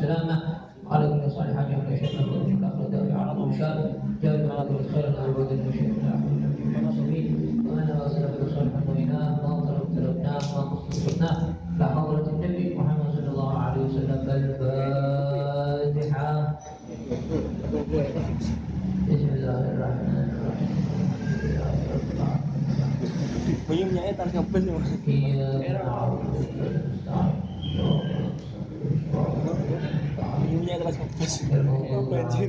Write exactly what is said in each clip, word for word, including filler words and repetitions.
السلامة وعلى كل صالح حاجة من شيء من كل شيء أخرج في عرض الشر جاء على كل خير من الوجود المشير من أحد المسلمين وأنا وأصل في صالح المؤمنات ما طلبت لبناه ما قصدناه لا حضرة النبي محمد صلى الله عليه وسلم الفاتحة. بسم الله الرحمن الرحيم. Buyungnya etan ngepes ya. Iya. Buyungnya kelas ngepes. Banjir.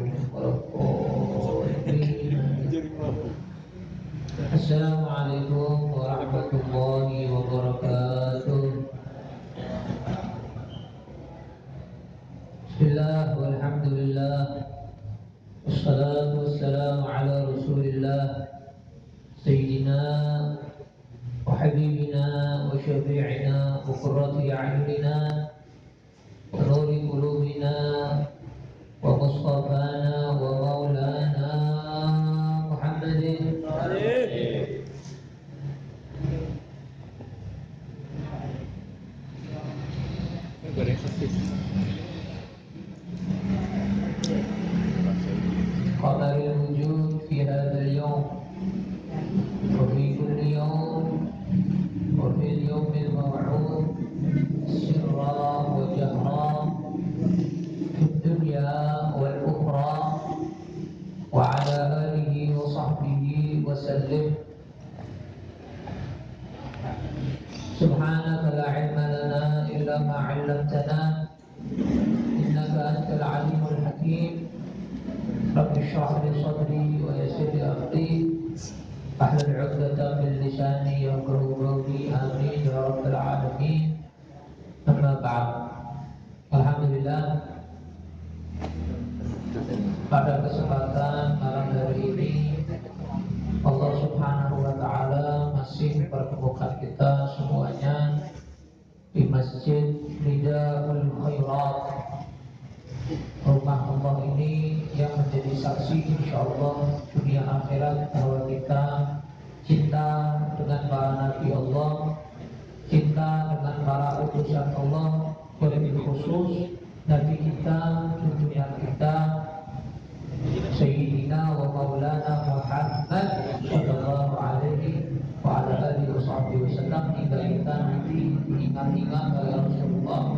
Assalamualaikum warahmatullahi wabarakatuh. Bismillah walhamdulillah wassalatu wassalamu ala rasulillah Sayyidina wa habibina wa syafi'ina wa qurrati a'yunina wa nuri qulubina wa mustafana wa maulana Muhammadin. قدر الوجود في هذا اليوم وفي كل يوم وفي اليوم الموعود سرا وجهرا في الدنيا والأخرى وعلى آله وصحبه وسلم. سبحانك لا علم لنا إلا ما علمتنا إنك أنت العليم الحكيم. رب اشرح لي صدري ويسر لي أمري واحلل عقدة من لساني يفقهوا قولي آمين يا رب العالمين. أما بعد, alhamdulillah pada kesempatan malam hari ini Allah Subhanahu wa taala masih mempertemukan kita semuanya di Masjid Ridhaul Khairat, rumah Allah ini yang menjadi saksi insyaallah dunia akhirat bahwa kita cinta dengan para nabi Allah, cinta dengan para utusan Allah, lebih khusus nabi kita, junjungan kita Sayyidina wa Maulana Muhammad sallallahu alaihi wa ala alihi wasallam, hingga kita nanti ingat-ingat ya Rasulullah,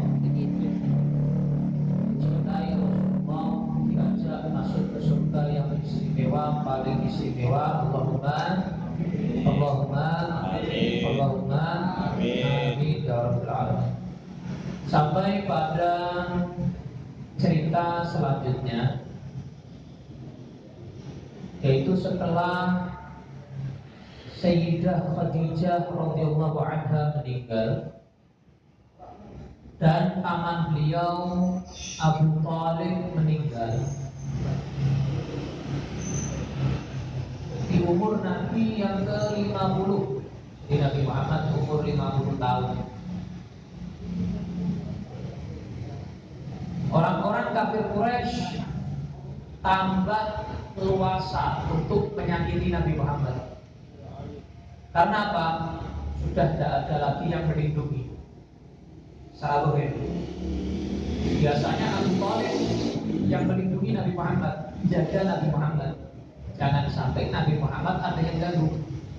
cintai Rasulullah, diajak masuk ke surga yang istimewa, paling istimewa. Allahumma Allahumma Allahumma amin ya rabbal alamin. Sampai pada cerita selanjutnya, yaitu setelah Sayyidah Khadijah radhiyallahu anha meninggal dan paman beliau Abu Thalib meninggal di umur Nabi yang ke lima puluh. Di Nabi Muhammad umur lima puluh tahun. Orang-orang kafir Quraisy tambah leluasa untuk menyakiti Nabi Muhammad. Karena apa? Sudah tidak ada lagi yang melindungi. Sahabat itu biasanya Abu Thalib yang melindungi Nabi Muhammad, jaga Nabi Muhammad. Jangan sampai Nabi Muhammad ada yang ganggu.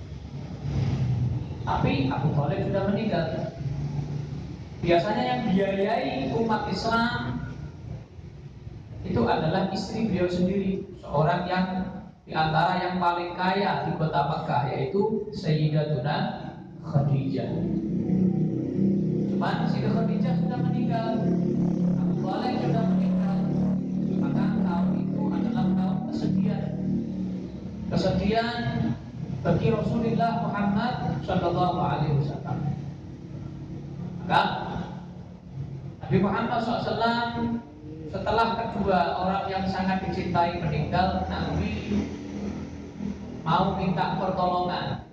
Tapi Abu Thalib sudah meninggal. Biasanya yang biayai umat Islam itu adalah istri beliau sendiri, seorang yang di antara yang paling kaya di kota Mekah, yaitu Sayyidatuna Khadijah. Cuman Sayyidah Khadijah sudah meninggal, Abu Thalib sudah meninggal, maka tahun itu adalah tahun kesedihan. Kesedihan bagi Rasulullah Muhammad Sallallahu Alaihi Wasallam. Maka Nabi Muhammad shallallahu alaihi wasallam setelah kedua orang yang sangat dicintai meninggal, Nabi mau minta pertolongan.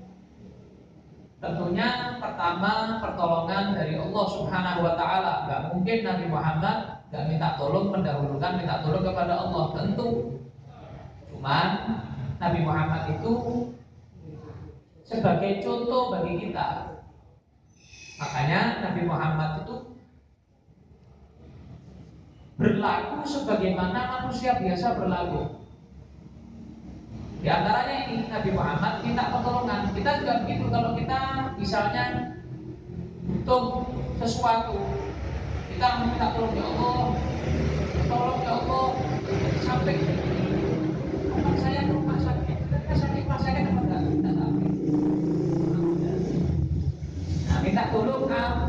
Tentunya pertama pertolongan dari Allah Subhanahu wa taala. Gak mungkin Nabi Muhammad gak minta tolong, mendahulukan minta tolong kepada Allah, tentu. Cuman Nabi Muhammad itu sebagai contoh bagi kita. Makanya Nabi Muhammad itu berlaku sebagaimana manusia biasa berlaku. Di antaranya ini Nabi Muhammad minta pertolongan. Kita juga begitu, kalau kita misalnya butuh sesuatu, kita minta tolong, ya Allah, tolong ya Allah, sampai teman saya ke rumah sakit, kita sakit rumah sakit apa enggak? Tidak sampai. Nah, minta tolong kamu,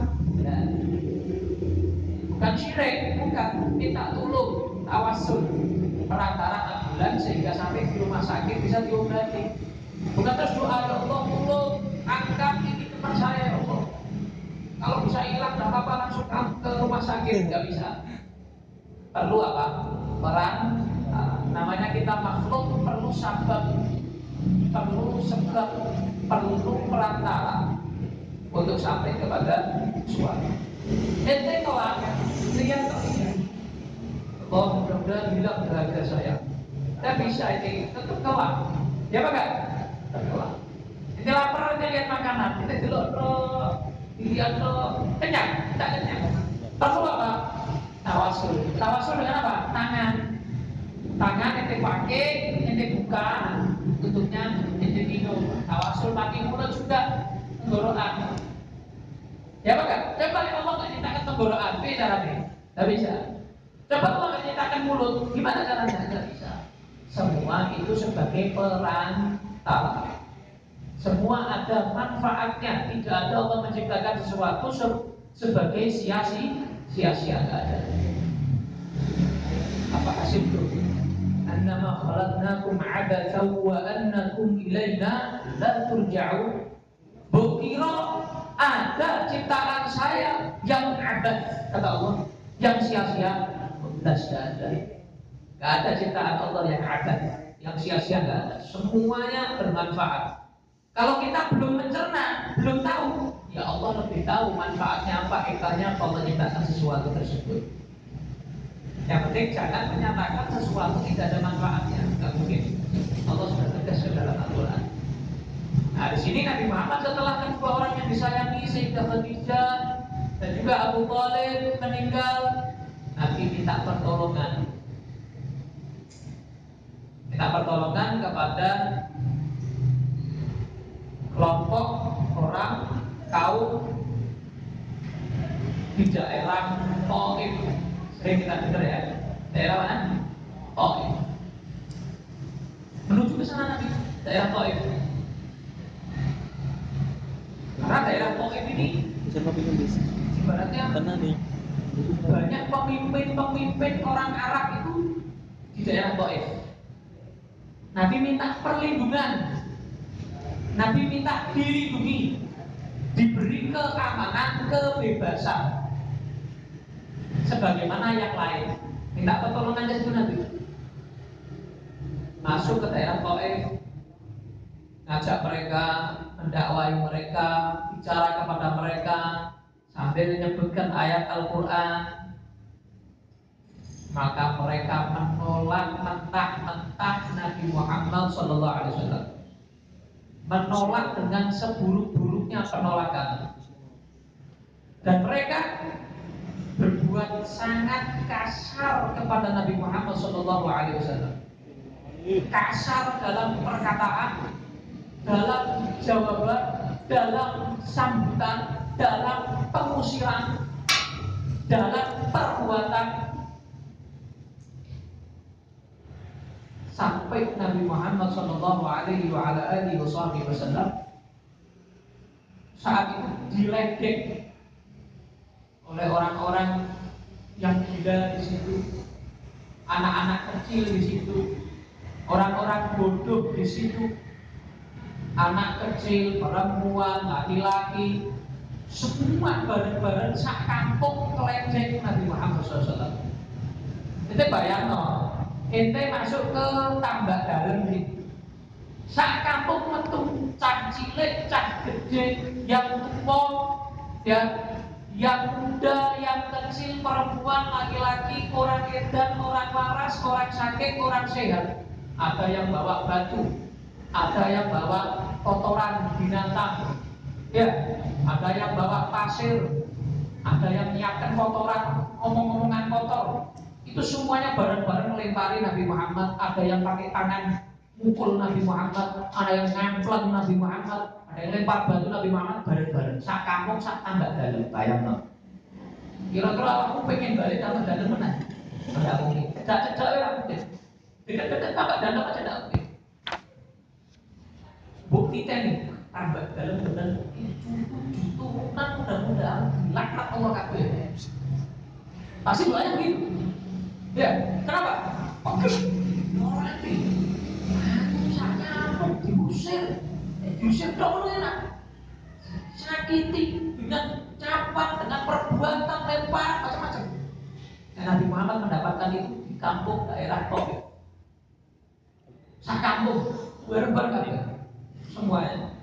bukan syirik, bukan, minta tolong, tawasul perantara ambulans sehingga sampai di rumah sakit bisa diobati. Bukan terus doa, ya Allah tolong angkat ini teman saya ya Allah, kalau bisa hilang tidak apa-apa, langsung ke rumah sakit, nggak bisa. Perlu apa? Peran. Nah, namanya kita makhluk perlu sabab, perlu sebab, perlu perantara untuk sampai kepada suatu. Ente kelak lihat kalian, oh mudah-mudahan hilang berharga saya. Tidak bisa ini, tetap kelak. Ya apa enggak? Tetap kelak. Ini lapar, ini lihat makanan, ini delok loh, dilihat loh, kenyang, tidak kenyang. Perlu apa? Tawasul. Tawasul dengan apa? Tangan. Tangan ente pakai, ente buka, tutupnya ente minum. Tawasul pakai mulut juga, tenggorokan. Ya apa enggak? Coba Allah nggak nyiptakan tenggorokan, beda caranya? Tidak bisa. Coba Allah nggak nyiptakan mulut, gimana caranya? Tidak bisa. Semua itu sebagai perantara. Semua ada manfaatnya. Tidak ada Allah menciptakan sesuatu se- sebagai sia-sia, sia-sia nggak ada. Apa hasil itu? Annama khalaqnakum abatsan wa annakum ilaina la turja'un. Bukiro ada ciptaan saya yang abad, kata Allah, yang sia-sia. Tidak ada. Gak ada ciptaan Allah yang abad, yang sia-sia, gak ada. Semuanya bermanfaat. Kalau kita belum mencerna, belum tahu, ya Allah lebih tahu manfaatnya apa, hikmahnya apa Allah ciptakan sesuatu tersebut. Yang penting jangan menyatakan sesuatu tidak ada manfaatnya, nggak mungkin. Allah sudah tegas ke dalam Al-Quran. Nah, di sini Nabi Muhammad setelah kedua orang yang disayangi Sayyidah Khadijah dan juga Abu Thalib meninggal, Nabi minta pertolongan, minta pertolongan kepada kelompok orang kaum di daerah Taif. Sering kita dengar ya, daerah mana? Taif. Menuju ke sana Nabi, daerah Taif. Karena daerah Taif ini ibaratnya banyak pemimpin-pemimpin orang Arab itu di daerah Taif. Nabi minta perlindungan, Nabi minta dilindungi, diberi keamanan, kebebasan, sebagaimana yang lain. Minta pertolongan dari Nabi. Masuk ke daerah Taif, ngajak mereka, mendakwai mereka, bicara kepada mereka sambil menyebutkan ayat Al-Quran. Maka mereka menolak mentah-mentah Nabi Muhammad shallallahu alaihi wasallam, menolak dengan seburuk-buruknya penolakan, dan mereka berbuat sangat kasar kepada Nabi Muhammad shallallahu alaihi wasallam. Kasar dalam perkataan, dalam jawaban, dalam sambutan, dalam pengusiran, dalam perbuatan, sampai Nabi Muhammad shallallahu alaihi wasallam saat itu diledek oleh orang-orang yang gila di situ, anak-anak kecil di situ, orang-orang bodoh di situ, anak kecil, perempuan, laki-laki, semua bareng-bareng sak kampung keledek Nabi Muhammad shallallahu alaihi wasallam. Itu bayangno, ente masuk ke tambak dalam gitu, sak kampung metu, cah cilik, cah gede, yang tua, ya, yang muda, yang kecil, perempuan, laki-laki, orang edan, orang waras, orang sakit, orang sehat. Ada yang bawa batu, ada yang bawa kotoran binatang, ya, ada yang bawa pasir, ada yang menyiapkan kotoran, omong-omongan kotor, Itu semuanya bareng-bareng melempari Nabi Muhammad. Ada yang pakai tangan mukul Nabi Muhammad, ada yang nempel Nabi Muhammad, ada yang lempar batu Nabi Muhammad bareng-bareng. Sak kampung sak tambak dalam, bayang no. Kira-kira aku pengen balik tambak dalam mana? Tidak mungkin. Cecak-cecak ya mungkin. Dekat-dekat tambak dalam aja tidak mungkin. Bukti teknik tambak dalam dan turunan mudah-mudahan dilaknat Allah kabeh. Pasti doanya begitu. Ya, kenapa? Oke, orang ini saya apa diusir, eh, diusir dong enak, sakiti dengan capat, dengan perbuatan lempar macam-macam. Dan Nabi Muhammad mendapatkan itu di kampung daerah Taif. Sak kampung, bareng-bareng semuanya.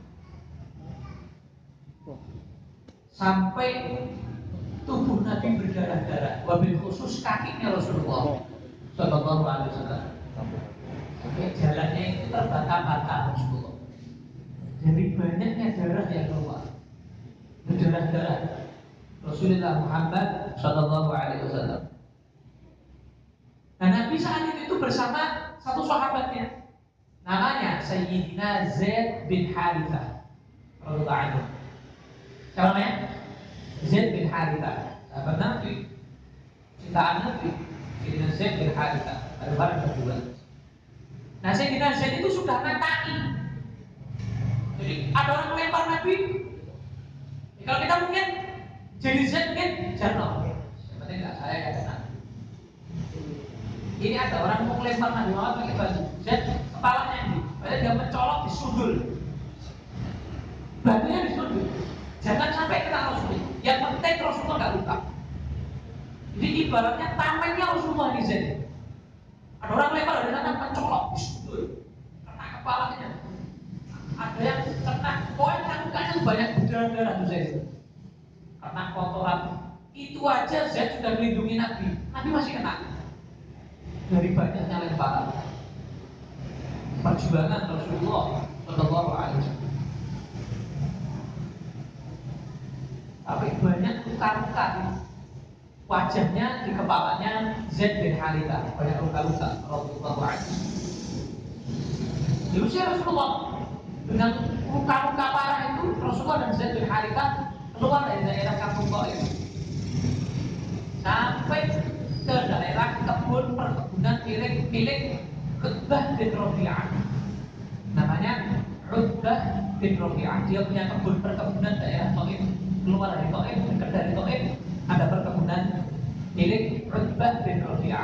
Sampai tubuh Nabi berdarah-darah, wabil khusus kakinya Rasulullah Sallallahu Alaihi Wasallam. Sampai jalannya itu terbata-bata Rasulullah. Dari banyaknya darah yang keluar, berdarah-darah Rasulullah Muhammad Sallallahu Alaihi Wasallam. Nah, Nabi saat itu bersama satu sahabatnya, namanya Sayyidina Zaid bin Harithah radhiyallahu anhu. Siapa namanya? Zaid bin Harithah, sahabat Nabi, cintaan Nabi. Sayyidina Zaid bin Harithah, ada barang berdua. Nah, Sayyidina Zaid itu sudah natai. Jadi ada orang melempar Nabi. Ya, kalau kita mungkin jadi Zaid mungkin jarno. Sebenarnya enggak, saya ya kena. Ini ada orang mau melempar Nabi Muhammad pakai baju. Zaid kepalanya ini, padahal dia mencolok di sundul. Batunya di sundul. Jangan sampai kena Rasulullah. Yang penting Rasulullah nggak luka. Jadi ibaratnya tamengnya Rasulullah ini Zaid. Ada orang lempar dari sana mencolok, kena kepalanya. Ada yang kena, poin lukanya banyak berdarah-darah tuh Zaid. Karena kotoran itu aja Zaid sudah melindungi Nabi. Nabi masih kena dari banyaknya lemparan. Perjuangan Rasulullah Sallallahu Alaihi Wasallam. Tapi banyak luka-luka wajahnya, di kepalanya Zaid bin Harithah banyak luka-luka radhiyallahu anhu. Diusir Rasulullah dengan luka-luka parah itu. Rasulullah dan Zaid bin Harithah keluar dari daerah kampung Taif sampai ke daerah kebun perkebunan milik milik Utbah bin Rabi'ah. Namanya Utbah bin Rabi'ah. Dia punya kebun perkebunan daerah Taif. Keluar dari Taif, dekat dari Taif ada perkebunan milik Utbah bin Rabi'ah.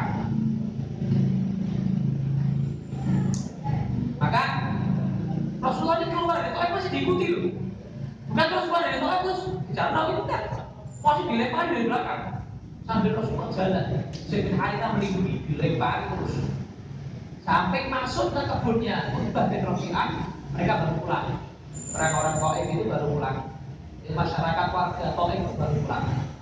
Maka Rasulullah ini keluar dari Taif masih diikuti loh. Bukan terus keluar dari Taif terus jalan itu kan masih dilempar dari belakang sambil Rasulullah jalan. Zaid bin Harithah melindungi, dilempari terus sampai masuk ke kebunnya Utbah bin Rabi'ah. Mereka baru pulang. Orang-orang Taif itu baru pulang. Masyarakat warga Taif baru pulang.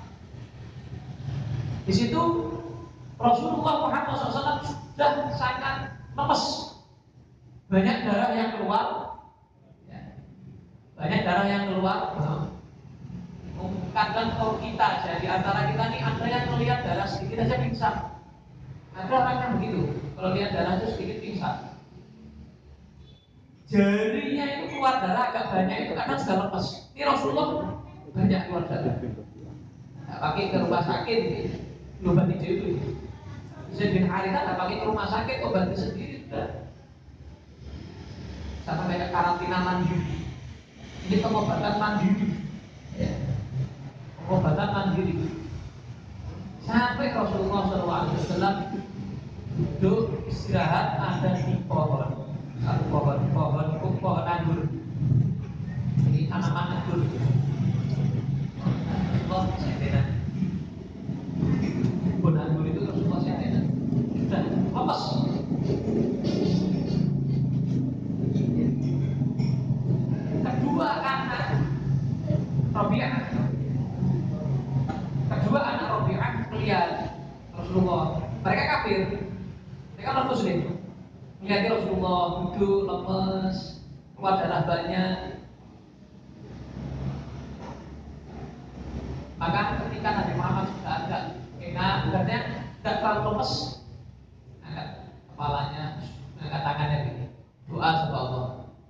Di situ Rasulullah Muhammad shallallahu alaihi wasallam sudah sangat lemes, banyak darah yang keluar, ya. banyak darah yang keluar. Kadang kalau kita jadi antara kita nih, ada yang melihat darah sedikit aja pingsan. Ada orang yang begitu, kalau lihat darah itu sedikit pingsan. Jarinya itu keluar darah agak banyak itu kadang sudah lemes. Ini Rasulullah banyak keluar darah. Nah, pakai ke rumah sakit, obati itu. Zaid bin Harithah nggak pakai ke rumah sakit, obati sendiri sudah. Sama kayak karantina mandiri. Ini pengobatan mandiri. Ya. Pengobatan mandiri. Sampai Rasulullah shallallahu alaihi wasallam duduk istirahat ada di pohon. Satu pohon, pohon itu pohon anggur. Ini tanaman anggur. Rasulullah sentenan. Pohon anggur itu Rasulullah sentenan. Sudah lepas. Kedua anak Rabi'ah. Kedua anak Rabi'ah melihat Rasulullah. Mereka kafir. Mereka non muslim. Melihat Rasulullah duduk lemes, keluar darah banyak. Maka ketika Nabi Muhammad sudah agak enak, katanya tidak terlalu lemes, angkat kepalanya, angkat tangannya gini, doa sama Allah.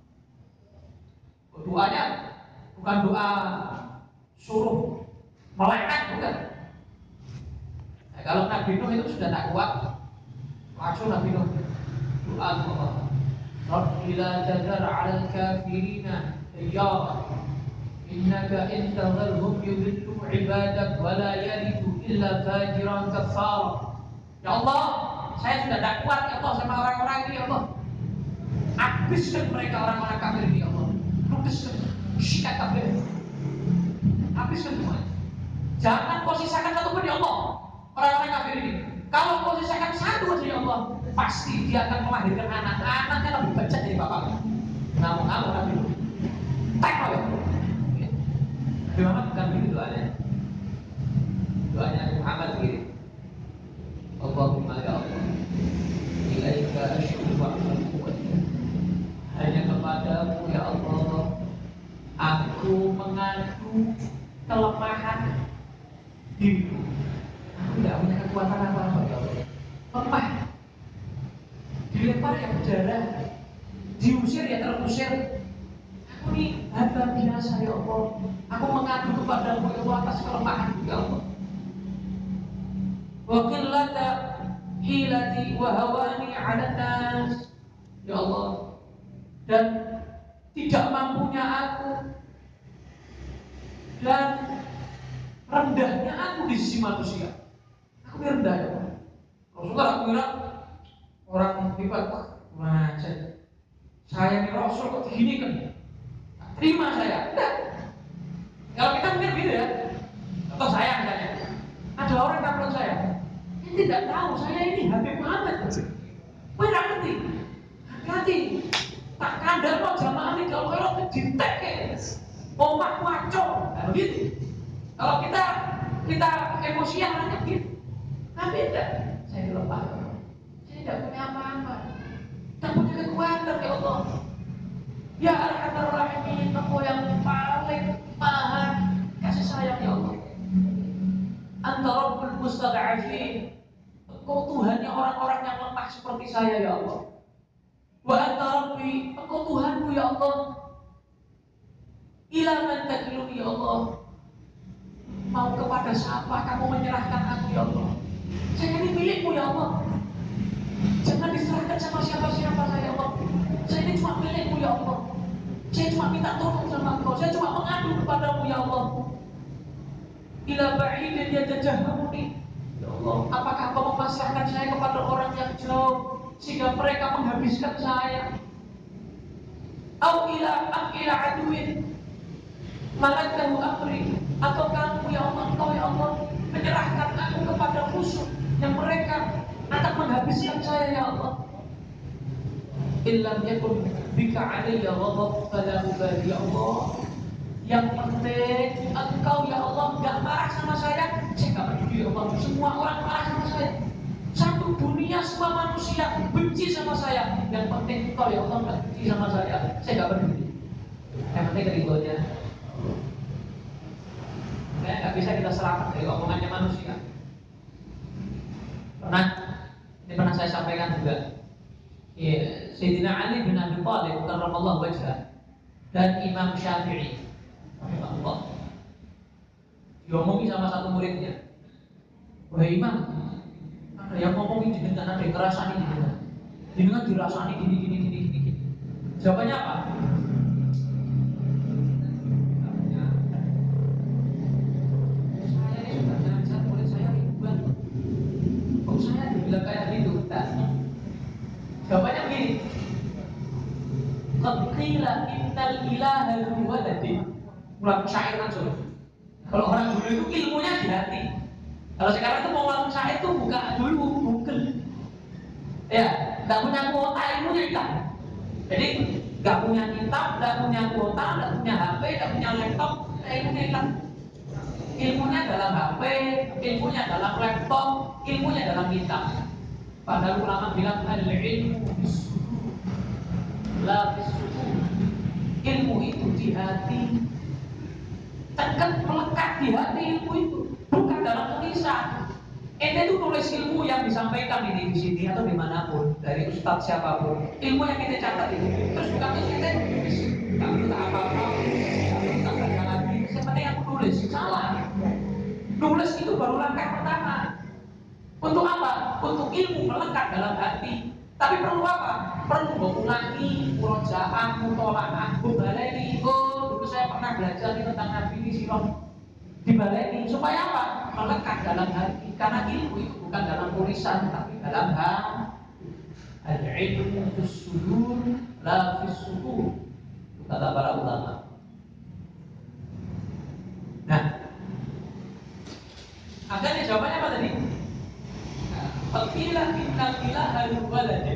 Doanya bukan doa suruh melekat, bukan. Nah, kalau Nabi Nuh itu sudah tak kuat, langsung Nabi Nuh doa sama Allah. Rabbi la tadhar 'alal kafirina dayyara innaka in tadharhum yudillu 'ibadak wa la yalidu illa fajiran kafara. Ya Allah, saya sudah tak kuat ya Allah sama orang-orang ini ya Allah. Habiskan mereka orang-orang kafir ini ya Allah. Habiskan, sikat kafir. Habiskan semua. Jangan kau sisakan satu pun ya Allah orang-orang kafir ini. Kalau kau sisakan satu aja ya Allah, pasti dia akan melahirkan anak. Anaknya lebih bejat dari bapaknya. Ngamuk-ngamuk Nabi. Tak ya. Nabi Muhammad bukan begitu doanya. Doanya Muhammad begini. Allahumma ya Allah, ilaika asyuku wa'alamu, hanya kepadamu ya Allah aku mengadu kelemahan diriku. Aku tidak punya kekuatan apa-apa ya Allah. Lemah, dilempar ya berdarah, diusir ya terusir. Aku ini hamba biasa ya Allah. Aku mengadu kepadamu ya Allah atas kelemahan ya Allah. Wa qillata hilati wa hawani 'ala nas ya Allah, dan tidak mampunya aku dan rendahnya aku di sisi manusia. Aku ini rendah ya Allah. Rasulullah aku kira orang hebat, wah macet. Saya ini Rasul kok begini kan? Terima saya. Enggak. Kalau kita mungkin gitu ya. Atau saya misalnya. Ada orang kampung saya. Ini tidak tahu saya ini Habib Muhammad. Gue nggak ngerti. Hati-hati. Tak kandang kok jamaah ini kalau kalau ditek kayak omak waco. Nah, begitu. Kalau kita kita emosian hanya begitu. Tapi tidak. Saya lemah. Saya tidak punya apa-apa. Tidak punya kekuatan ya Allah. Ya Arhamar Rahimin, Engkau yang paling maha kasih sayang ya Allah. Anta Rabbul Mustad'afin, Engkau Tuhannya orang-orang yang lemah seperti saya ya Allah. Wa anta Rabbi, Engkau Tuhanku ya Allah. Ila man takiluni ya Allah. Mau kepada siapa kamu menyerahkan aku ya Allah. Saya ini milikmu ya Allah. Jangan diserahkan sama siapa-siapa saya ya Allah. Saya ini cuma milikmu ya Allah. Saya cuma minta tolong sama Engkau. Saya cuma mengadu kepadamu ya Allah. Ila ba'idin yajajahhamuni ya Allah, apakah Engkau memasrahkan saya kepada orang yang jauh sehingga mereka menghabiskan saya? Au ila am ila aduin malakahu amri, atau kamu ya Allah, Engkau ya Allah menyerahkan aku kepada musuh yang mereka akan menghabiskan saya ya Allah. Illam yakun bika alayya ghadab fala ubali ya Allah. Yang penting Engkau ya Allah enggak marah sama saya, saya enggak peduli ya Allah. Semua orang marah sama saya, satu dunia semua manusia benci sama saya, yang penting Engkau ya Allah enggak benci sama saya, saya enggak peduli. Yang penting keriduannya. Saya enggak bisa kita selamat dari omongannya manusia. Pernah, ini pernah saya sampaikan juga. Ya, Sayyidina Ali bin Abi Thalib karramallahu wajhah dan Imam Syafi'i rahimahullah diomongi sama satu muridnya, wahai Imam, ada yang ngomongin jenengan, ada yang ngerasani jenengan, jenengan dirasani gini gini gini gini gini. Jawabannya apa? Saya ini sudah ngajar murid saya ribuan, kok saya dibilang kayak gitu? Jawabannya begini, qad qila innal ilaha lahu waladin. Ulang syair kan suruh. Kalau orang dulu itu ilmunya di hati. Kalau sekarang itu mau ulang syair itu buka dulu Google. Ya, nggak punya kuota ilmunya hilang. Jadi nggak punya kitab, nggak punya kuota, nggak punya H P, nggak punya laptop, ilmunya hilang. Ilmunya dalam H P, ilmunya dalam laptop, ilmunya dalam kitab. Padahal ulama bilang al-ilmu bis-sudur, la bis-sudur. Ilmu itu di hati. Tekan melekat di hati ilmu itu, bukan dalam tulisan. Ente itu nulis tulis ilmu yang disampaikan ini di sini atau dimanapun dari ustadz siapapun, ilmu yang kita catat itu terus bukan terus kita tulis, nggak perlu apa-apa, nggak perlu tak baca lagi. Sebenarnya aku tulis salah. Nulis itu baru langkah pertama. Untuk apa? Untuk ilmu melekat dalam hati. Tapi perlu apa? Perlu mengulangi, murojaah, mutolaah, dibaleni. Oh, dulu saya pernah belajar nih tentang Nabi ini sirah. Dibaleni supaya apa? Melekat dalam hati. Karena ilmu itu bukan dalam tulisan, tapi dalam hati. Al-ilmu fis sudur, la fis sudur. Kata para ulama. Nah, akhirnya jawabannya apa tadi? Fakila inna ilaha walad.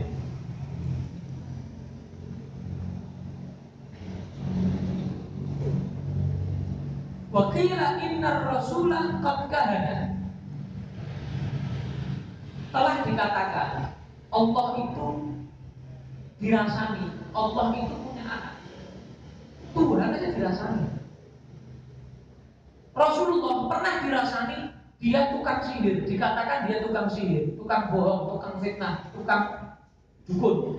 Wakila inna rasulah qad kahana. Telah dikatakan Allah itu dirasani, Allah itu punya anak. Tuhan aja dirasani. Rasulullah pernah dirasani dia tukang sihir, dikatakan dia tukang sihir, tukang bohong, tukang fitnah, tukang dukun.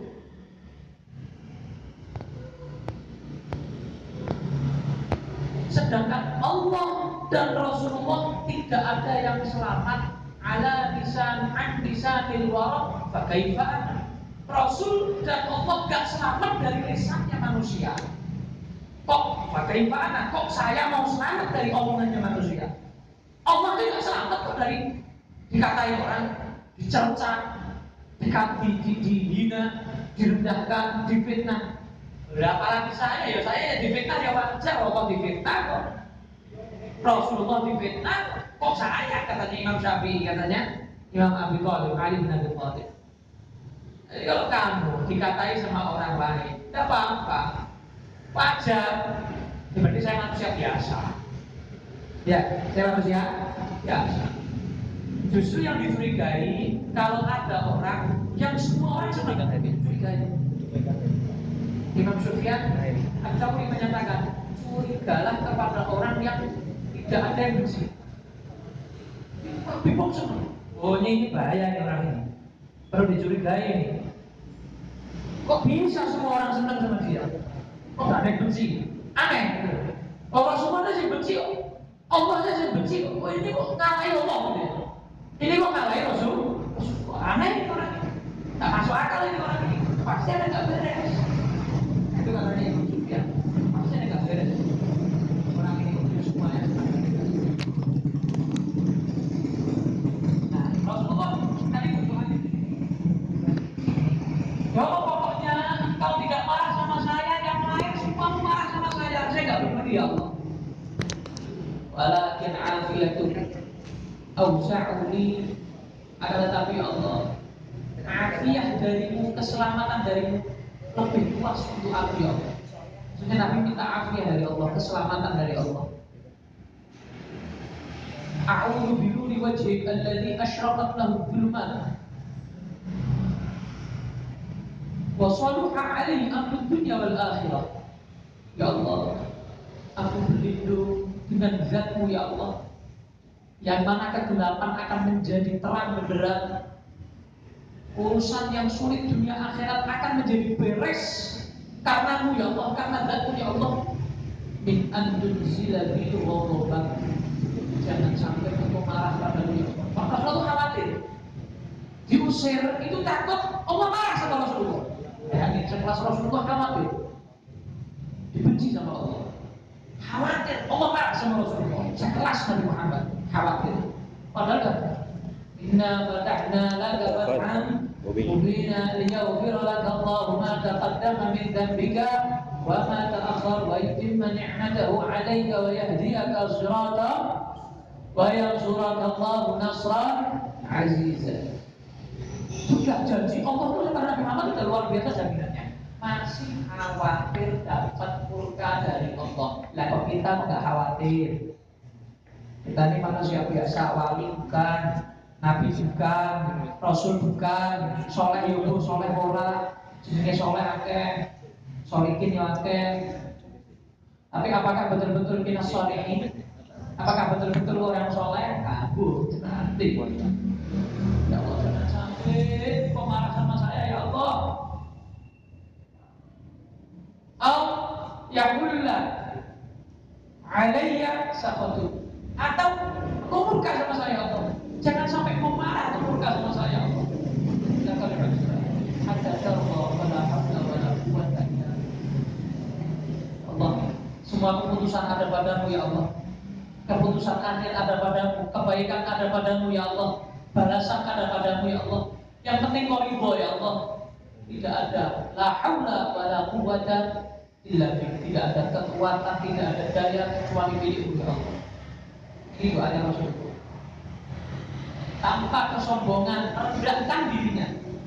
Sedangkan Allah dan Rasulullah tidak ada yang selamat ala lisan an lisanil wara fa kaifa. Rasul dan Allah gak selamat dari lisannya manusia. Kok fa kaifa? Kok saya mau selamat dari omongannya manusia? Allah itu gak selamat kok dari dikatai orang, dicerca, dikati, di, dihina, direndahkan, difitnah. Berapa lagi saya? Ya saya difitnah ya wajar, Allah difitnah kok. Rasulullah difitnah, kok saya? Katanya Imam Syafi'i, katanya Imam Abi Thalib, Ali bin Abi Thalib. Jadi kalau kamu dikatai sama orang lain, tidak apa-apa, wajar. Seperti saya manusia biasa. Ya, saya manusia biasa. Justru yang dicurigai kalau ada orang yang semua orang cuma dicurigai. Imam Sufyan Ats-Tsauri menyatakan, curigalah kepada orang yang tidak ada yang bersih. Bingung semua. Oh ini bahaya nih orang ini, perlu dicurigai ini. Kok bisa semua orang senang sama dia? Kok gak ada yang benci? Aneh. Orang semua ada yang benci kok. Allah saja yang benci kok. Oh ini kok ngalahin Allah gitu. Ini kok ngalahin Rasul? Kok aneh ini orang ini. Gak masuk akal ini orang ini. Pasti ada gak beres. Itu katanya Imam Sufyan. Pasti ada gak beres. Orang ini punya semuanya. Nah, Rasulullah tadi berdoa. Ya Allah, pokoknya engkau tidak marah sama saya, yang lain semua marah sama saya. Saya gak berbudi ya Allah. Walakin afiyatuk awsa'uni, akan tetapi Allah, afiyah darimu, keselamatan darimu lebih luas untuk aku ya Allah. Maksudnya Nabi minta afiyah dari Allah, keselamatan dari Allah. A'udzu binuri wajhik alladzi asyraqat lahu dhulumat wa salaha 'alaihi amrud dunya wal akhirah. Ya Allah, aku berlindung dengan zat-Mu ya Allah, yang mana kegelapan akan menjadi terang benderang. Urusan yang sulit dunia akhirat akan menjadi beres karena-Mu ya Allah, karena zat-Mu ya Allah. Min antunzila bihi ghadaban, jangan sampai Engkau marah pada-Mu ya Allah. Maka Rasulullah khawatir diusir itu takut Allah marah sama Rasulullah. Ya, ini sekelas Rasulullah khawatir dibenci sama Allah. Khawatir Allah marah sama Rasulullah. Sekelas Nabi Muhammad khawatir. Padahal kan inna fatahna laka fathan mubina liyaghfira laka Allahu ma taqaddama min dhanbika wa ma ta'akhkhara wa yutimma ni'matahu 'alayka wa yahdiyaka siratan wa yansuraka Allahu nasran 'azizan. Sudah janji Allah itu kepada Nabi Muhammad sudah luar biasa jaminannya. Masih khawatir dapat murka dari Allah. Lah kok kita enggak khawatir? Kita ini manusia biasa, wali bukan, nabi bukan, rasul bukan, soleh yubu, soleh ora, jenenge soleh akeh, solikin ya akeh. Tapi apakah betul-betul minas solihin? Apakah betul-betul orang soleh? Kabur nanti. yaqulla alayya sakhatu, atau kau murka sama saya Allah. Jangan sampai kau marah atau murka sama saya Allah. La kalimat hatta tarda wala hawla wala quwwata illa billah. Allah, semua keputusan ada padamu ya Allah. Keputusan akhir ada padamu, kebaikan ada padamu ya Allah, balasan ada padamu ya Allah. Yang penting kau ridho ya Allah. Tidak ada la haula wala quwwata illa billah. Tidak ada kekuatan, tidak ada daya kecuali milikmu ya Allah. Ini doanya Rasulullah. Tanpa kesombongan, merendahkan dirinya.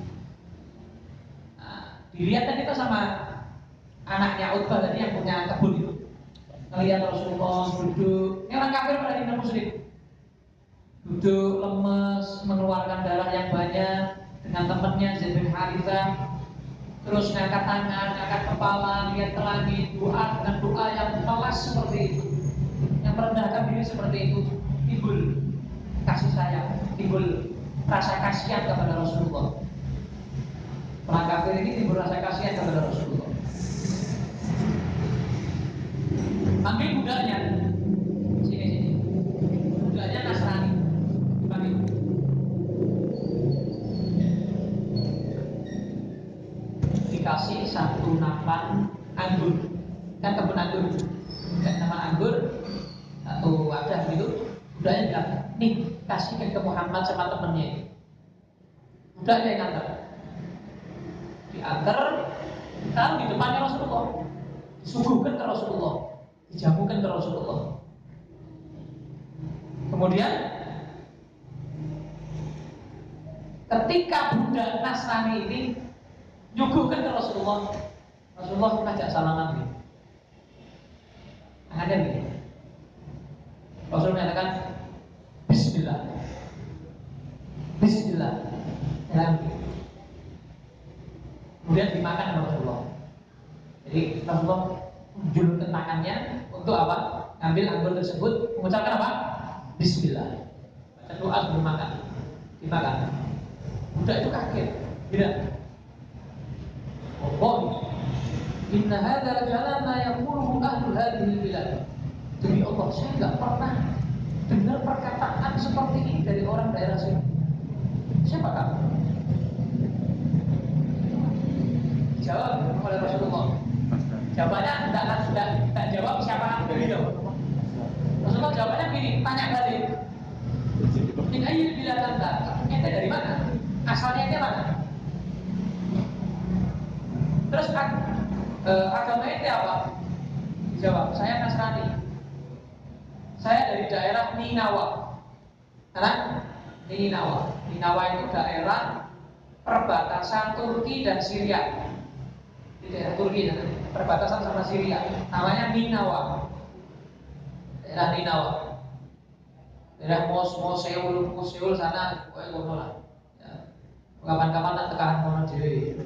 Nah, dilihat kan kita sama anaknya Utbah tadi yang punya kebun itu. Melihat Rasulullah duduk, ini orang kafir pada tidak muslim. Duduk lemes, mengeluarkan darah yang banyak dengan temannya Zaid bin Harithah. Terus ngangkat tangan, ngangkat kepala, lihat ke langit, doa dengan doa yang kelas seperti itu, yang merendahkan diri seperti itu, timbul kasih sayang, timbul rasa kasihan kepada Rasulullah. Orang kafir ini timbul rasa kasihan kepada Rasulullah. Panggil budaknya, sini sini, budaknya Nasrani, dipanggil. Dikasih satu nampan anggur, kan kebun anggur, dan nama anggur satu wadah gitu. Budaknya bilang, nih kasihkan ke Muhammad sama temennya ini. Budaknya yang nganter, diantar, taruh di depannya Rasulullah, disuguhkan ke Rasulullah, dijamukan ke Rasulullah. Kemudian ketika budak Nasrani ini nyuguhkan ke Rasulullah, Rasulullah mengajak salaman ini. Tangannya begini. Rasul menyatakan Bismillah, Bismillah. Dan kemudian dimakan oleh Rasulullah. Jadi Rasulullah menjulurkan tangannya untuk apa? Ambil anggur tersebut, mengucapkan apa? Bismillah. Baca doa sebelum makan, dimakan. Budak itu kaget, tidak? Oh, inna hadzal kalam la yaquluhu ahlul hadhihi bilad. Demi Allah, saya tidak pernah dengar perkataan seperti ini dari orang daerah sini. Siapa kamu? Jawab oleh Rasulullah. Jawabannya tidak tidak tidak jawab siapa kamu dari itu. Rasulullah jawabannya begini, tanya balik. Min ayyil bilad anta? Ente dari mana? Asalnya ente mana? Terus uh, agama ente apa? Jawab, saya Nasrani. Saya dari daerah Ninawa. Karena Ninawa, Ninawa itu daerah perbatasan Turki dan Syria. Di daerah Turki, perbatasan sama Syria. Namanya Ninawa. Daerah Ninawa. Daerah Mos, Moseul, Moseul sana, pokoknya ngono lah. Ya. Kapan-kapan tak tekan ngono dhewe.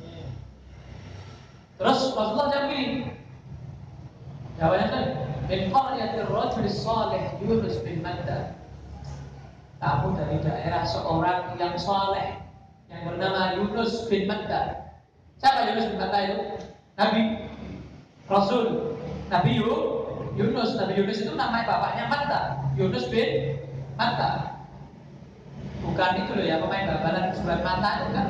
Terus Rasulullah jawab gini. Jawabannya kan, "Min qaryatir rajul salih Yunus bin Matta." Kamu dari daerah seorang yang saleh yang bernama Yunus bin Matta. Siapa Yunus bin Matta itu? Nabi, Rasul, Nabi Yunus. Nabi Yunus itu namanya bapaknya Matta, Yunus bin Matta. Bukan itu loh ya, pemain bal-balan sebelah mata itu kan?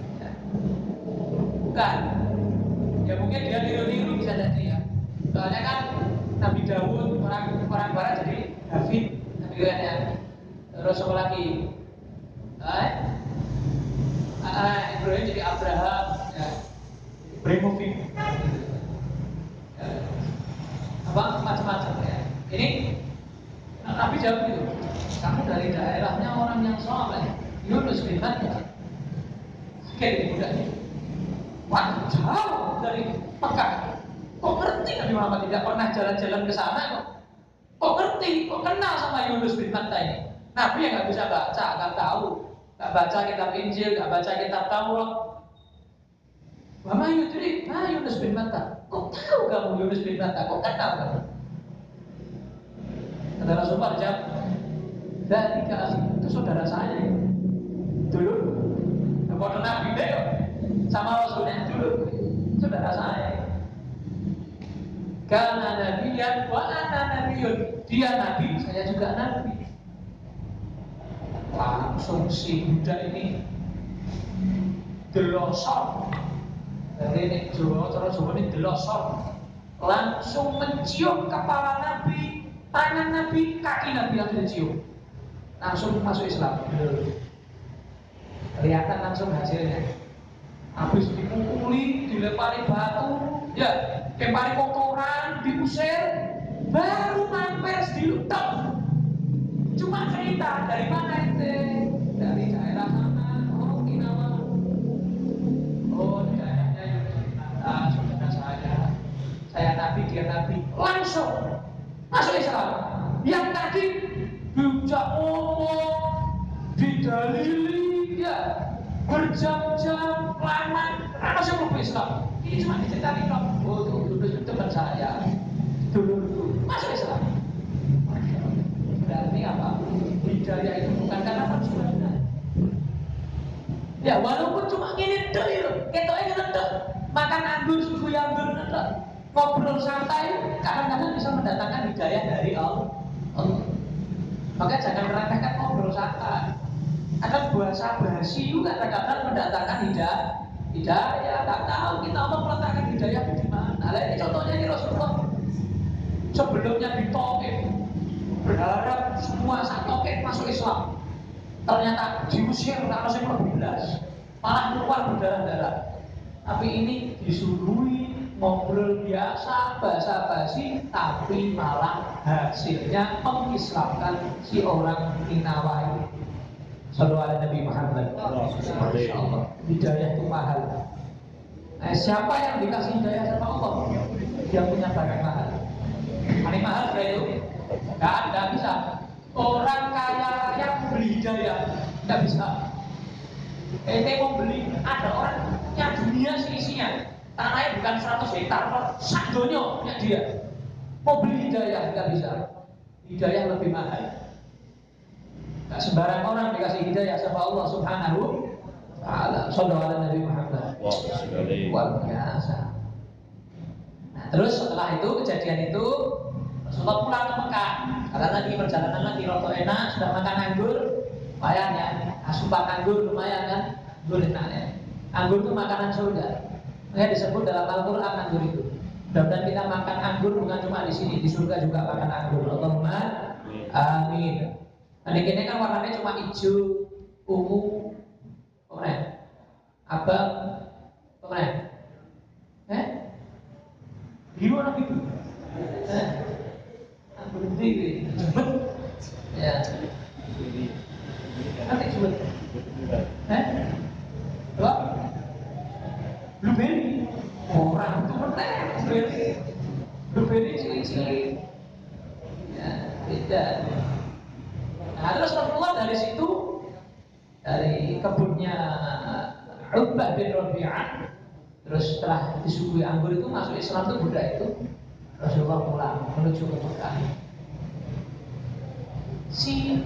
Bukan. Ya mungkin dia niru-niru bisa jadi ya. Soalnya kan Nabi Dawud orang orang barat jadi David, Nabi ya. Terus apa lagi? Eh? Ah, Ibrahim jadi Abraham, ya. Ibrahimovic. Ya. Apa macam-macam ya. Ini Nabi jawab itu. Kamu dari daerahnya orang yang soleh, Yunus bin Matta. Oke, budaknya. Wah, jauh dari Mekah. Kok ngerti Nabi Muhammad tidak pernah jalan-jalan ke sana kok? Kok ngerti? Kok kenal sama Yunus bin Matta ini? Nabi yang nggak bisa baca, nggak tahu, nggak baca kitab Injil, nggak baca kitab Taurat. Mama Yudri, nah Yunus bin Matta. Kok tahu kamu Yunus bin Matta? Kok kenal kamu? Kata Rasulullah jawab, dari itu saudara saya ya. Dulu, kalau Nabi deh sama Rasulnya dulu, saudara saya. Karena nabiyan wa ana nabiyun. Dia nabi, saya juga nabi. Langsung si budak ini delosor. Jadi ini Jawa, cara Jawa ini delosor. Langsung mencium kepala Nabi, tangan Nabi, kaki Nabi yang dicium. Langsung masuk Islam. Kelihatan langsung hasilnya. Habis dipukuli, dilempari batu, ya, dilempari kotoran, diusir, baru mampir dilutok. Cuma cerita dari mana ente? Dari daerah sana, oh Okinawa. Oh di daerahnya Yogyakarta, saudara saya. Saya nabi, dia nabi. Langsung masuk Islam. Yang tadi bijak ngomong, didalili, ya, berjam-jam lama, karena saya belum Islam. Ini cuma diceritain dong. Oh itu dulu itu teman saya. Dulu dulu masuk Islam. Berarti apa? Hidayah itu bukan karena perjuangan. Ya walaupun cuma gini deh itu, kita ini deh. Makan anggur, susu anggur, ngobrol santai, kadang-kadang bisa mendatangkan hidayah dari Allah. Allah. Maka jangan meremehkan ngobrol santai. Ada bahasa basi juga kadang-kadang mendatangkan hidayah. Hidayah, tak tahu kita Allah meletakkan hidayah di mana. Nah, ini contohnya ini Rasulullah sebelumnya ditokep, berharap semua satokep masuk Islam. Ternyata diusir karena saya lebih belas, malah keluar berdarah-darah. Tapi ini disuruhi ngobrol biasa, basa-basi, tapi malah hasilnya mengislamkan si orang Ninawa ini. Sallallahu alaihi Nabi Muhammad. Masya Allah. Hidayah itu mahal. Nah, siapa yang dikasih hidayah sama Allah? Dia punya barang mahal. Paling mahal berapa itu? Gak ada, bisa. Orang kaya yang beli hidayah, nggak bisa. Ente mau beli, ada orang punya dunia seisinya. Tanahnya bukan seratus hektar, sakdonya punya dia. Mau beli hidayah, nggak bisa. Hidayah lebih mahal. Nggak sembarang orang dikasih hidayah sama Allah Subhanahu wa Ta'ala. Sallallahu alaihi Nabi Muhammad. Luar biasa. Nah, terus setelah itu kejadian itu Rasulullah pulang ke Mekah. Karena tadi perjalanan lagi roto enak, sudah makan anggur, lumayan ya. Asupan anggur lumayan kan, anggur enak ya. Anggur itu makanan surga. Makanya disebut dalam Al-Quran anggur itu. Mudah-mudahan kita makan anggur bukan cuma di sini, di surga juga makan anggur. Allahumma amin. Nah, ini kan warnanya cuma hijau, ungu, kemudian abang, kemudian, eh, biru apa biru? Eh, berhenti, jebet, ya, nanti jebet, eh, dua, blueberry, orang itu benar, blueberry, blueberry cilik-cilik, ya, beda. Nah, terus Rasulullah dari situ, dari kebunnya Uqbah bin Rabi'ah, terus setelah disuguhi anggur itu masuk Islam itu budak itu, Rasulullah pulang menuju ke Mekah. Si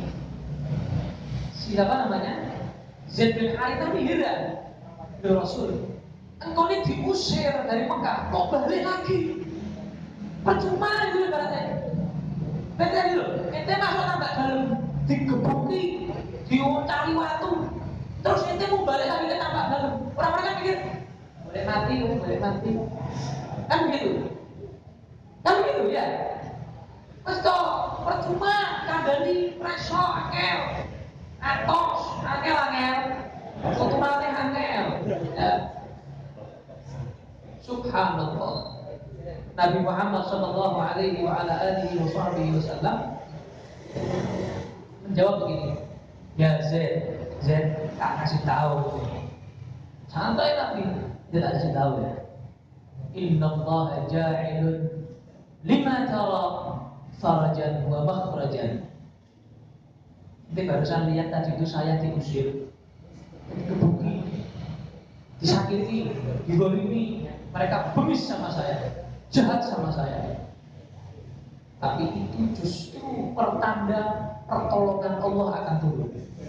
siapa namanya? Zaid bin Harithah heran, ya Rasul, engkau ini diusir dari Mekah, kok balik lagi? Percuma itu ibaratnya. Beda dulu, ente masuk tambah dalam, digebuki, diuncari waktu, terus ente mau balik lagi ke tambak dalam. Orang-orang kan mikir, boleh mati, boleh mati, kan begitu, kan begitu ya. Mas toh percuma, kandani, preso, angel, atos, angel, angel, otomatis angel. Ya. Subhanallah. Nabi Muhammad Sallallahu Alaihi wa ala alihi wa sahbihi wasallam menjawab begini, ya Zaid, Zaid tak kasih tahu, santai tapi dia tak kasih tahu ya. Inna Allah ja'ilun lima tara farajan wa makhrajan. Ini barusan lihat tadi itu saya diusir, dikebuki, disakiti, digolimi, mereka bengis sama saya, jahat sama saya. Tapi itu justru pertanda pertolongan Allah akan turun.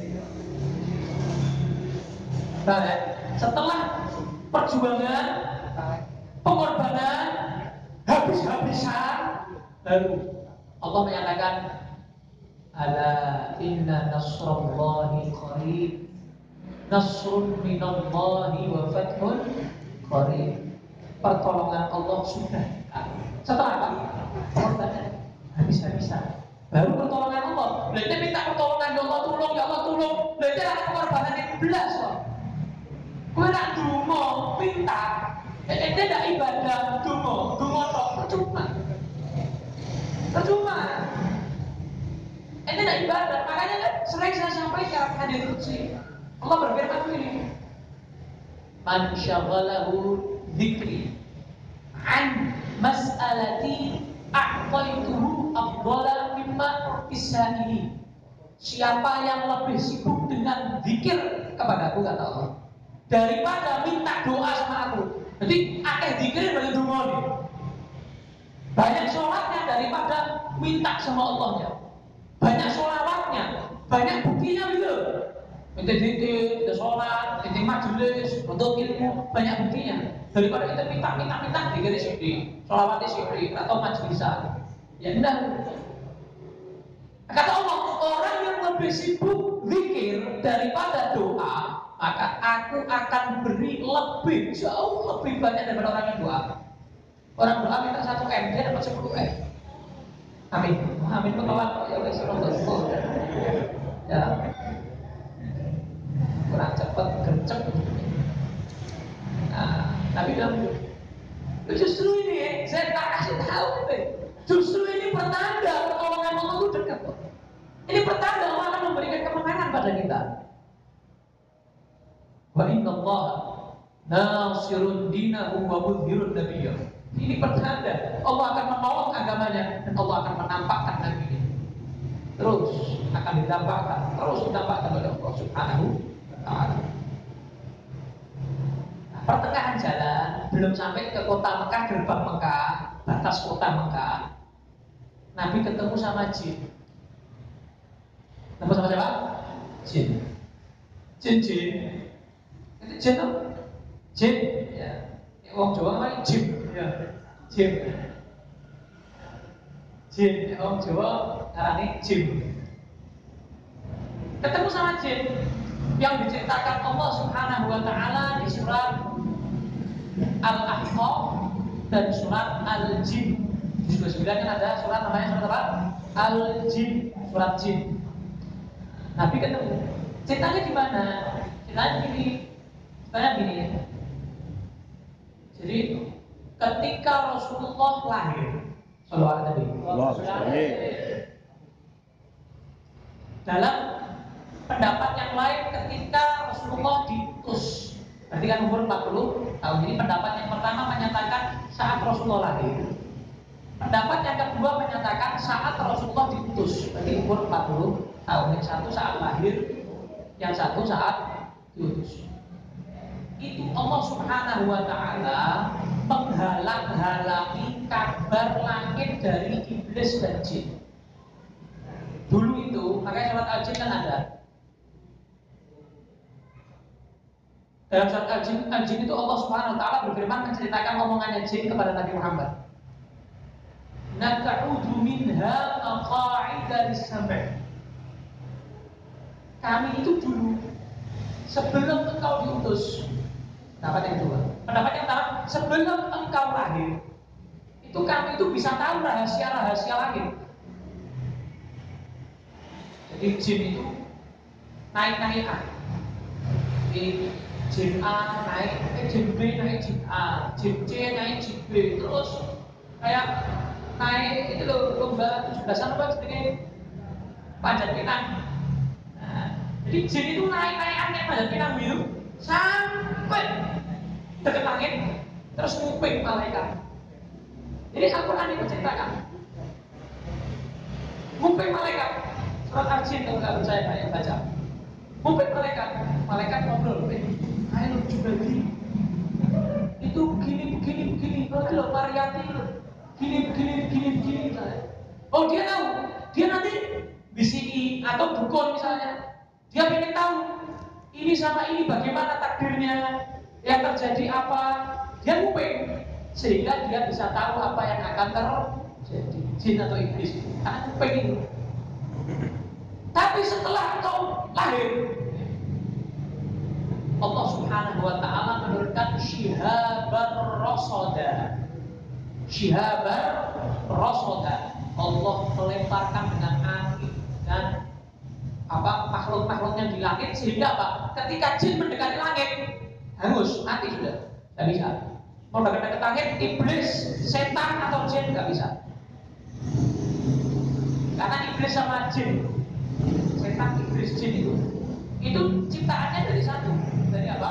Nah, ya, setelah perjuangan, pengorbanan, habis-habisan besar, baru Allah menyatakan ala inna nasrallahi qarib, nasrun minallahi wa fathun qarib. Pertolongan Allah sudah dekat. Setelah apa? Korbannya habis-habisan. Baru pertolongan Allah. Berarti minta pertolongan, ya Allah tolong, ya Allah tolong. Berarti ada pengorbanan yang belas kok. Gue nak dungo, minta. Ini tidak ibadah dungo, dungo kok percuma. Percuma. Ini tidak ibadah. Makanya kan sering saya sampaikan hadir kutsi. Allah berfirman begini. Man syaghalahu dzikri an mas'alati a'taituhu afdala mimma isa'ili. Siapa yang lebih sibuk dengan zikir kepadaku, kata Allah, daripada minta doa sama aku. Jadi akeh zikir banyak donga nih. Banyak sholatnya daripada minta sama Allahnya. Banyak sholawatnya, banyak buktinya gitu. Minta zikir, minta sholat, minta majelis, untuk ilmu, banyak buktinya. Daripada kita minta, minta, minta, zikir sendiri, sholawatnya sendiri, atau majelisan. Ya enggak. Kata Allah, orang yang lebih sibuk zikir daripada doa, maka aku akan beri lebih, jauh lebih banyak daripada orang yang doa. Orang doa minta satu M, dia dapat sepuluh M. Amin. Amin. Menolak ya wes Allah. Ya. Kurang cepat, gercep. Nah, Nabi bilang, justru ini saya tak kasih tahu nih. Justru ini pertanda pertolongan Allah itu dekat. Ini pertanda Allah akan memberikan kemenangan pada kita. Wa inna Allah nasirun dinahu wa mudhirun nabiyyah. Ini pertanda Allah akan menolong agamanya dan Allah akan menampakkan nabinya. Terus akan ditampakkan, terus ditampakkan oleh Allah Subhanahu wa taala. Nah, pertengahan jalan belum sampai ke kota Mekah, gerbang Mekah, batas kota Mekah. Nabi ketemu sama jin. Ketemu sama siapa? Jin. Jin jin. Itu jin tuh? Jin. Ya. Wong Jawa namanya jin. Ya. Jin. Jin. Wong Jawa namanya jin. Ketemu sama jin yang diceritakan Allah Subhanahu wa taala di surat Al-Ahqaf dan surat Al-Jin. Di surat sembilan kan ada surat namanya surat apa? Al-Jin, surat jin. Nabi ketemu. Ceritanya gimana? Ceritanya gini. Ceritanya gini. Jadi ketika Rasulullah lahir, sallallahu alaihi wasallam. Dalam pendapat yang lain ketika Rasulullah diutus, berarti kan umur empat puluh tahun. Jadi pendapat yang pertama menyatakan saat Rasulullah lahir. Pendapat yang kedua menyatakan saat Rasulullah diutus, berarti umur empat puluh tahun. Yang satu saat lahir, yang satu saat diutus. Itu Allah Subhanahu wa taala menghalang-halangi kabar langit dari iblis dan jin. Dulu itu, makanya surat Al-Jin kan ada. Dalam surat Al-Jin, Al-Jin itu Allah Subhanahu wa taala berfirman menceritakan omongannya jin kepada Nabi Muhammad. Naka'udu minha maqa'ida lis-sam'. Kami itu dulu sebelum engkau diutus. Pendapat yang kedua. Pendapat yang pertama, sebelum engkau lahir, itu kami itu bisa tahu rahasia-rahasia langit. Jadi jin itu naik-naikan. Jadi jin A naik, eh, jin B naik jin A, jin C naik jin B, terus kayak naik itu loh lomba tujuh belasan apa sedikit panjat pinang. Nah, jadi jin itu naik-naikan kayak panjat pinang gitu sampai dekat langit, terus nguping malaikat. Jadi Al-Quran itu ceritakan nguping malaikat. Surat Al-Jin kalau nggak percaya kayak baca. Nguping malaikat, malaikat ngobrol, eh, ayo juga gini. Itu begini, begini, begini. Kalau lo Mariati lo, gini, begini, begini, begini. Oh dia tahu, dia nanti B C I atau dukun misalnya, dia pengen tahu ini sama ini bagaimana takdirnya, yang terjadi apa, dia nguping. sehingga dia bisa tahu apa yang akan terjadi, jin atau iblis, karena pengen. Tapi setelah kau lahir, Allah Subhanahu wa Ta'ala menurunkan Shihabar Rasoda. Shihabar Rasoda, Allah melemparkan dengan angin dan apa makhluk-makhluk yang di langit, sehingga apa? Ketika jin mendekati langit, hangus, mati sudah, tidak bisa. Mau dekat-dekat langit, iblis, setan atau jin nggak bisa. Karena iblis sama jin, setan, iblis, jin itu, itu ciptaannya dari satu, dari apa?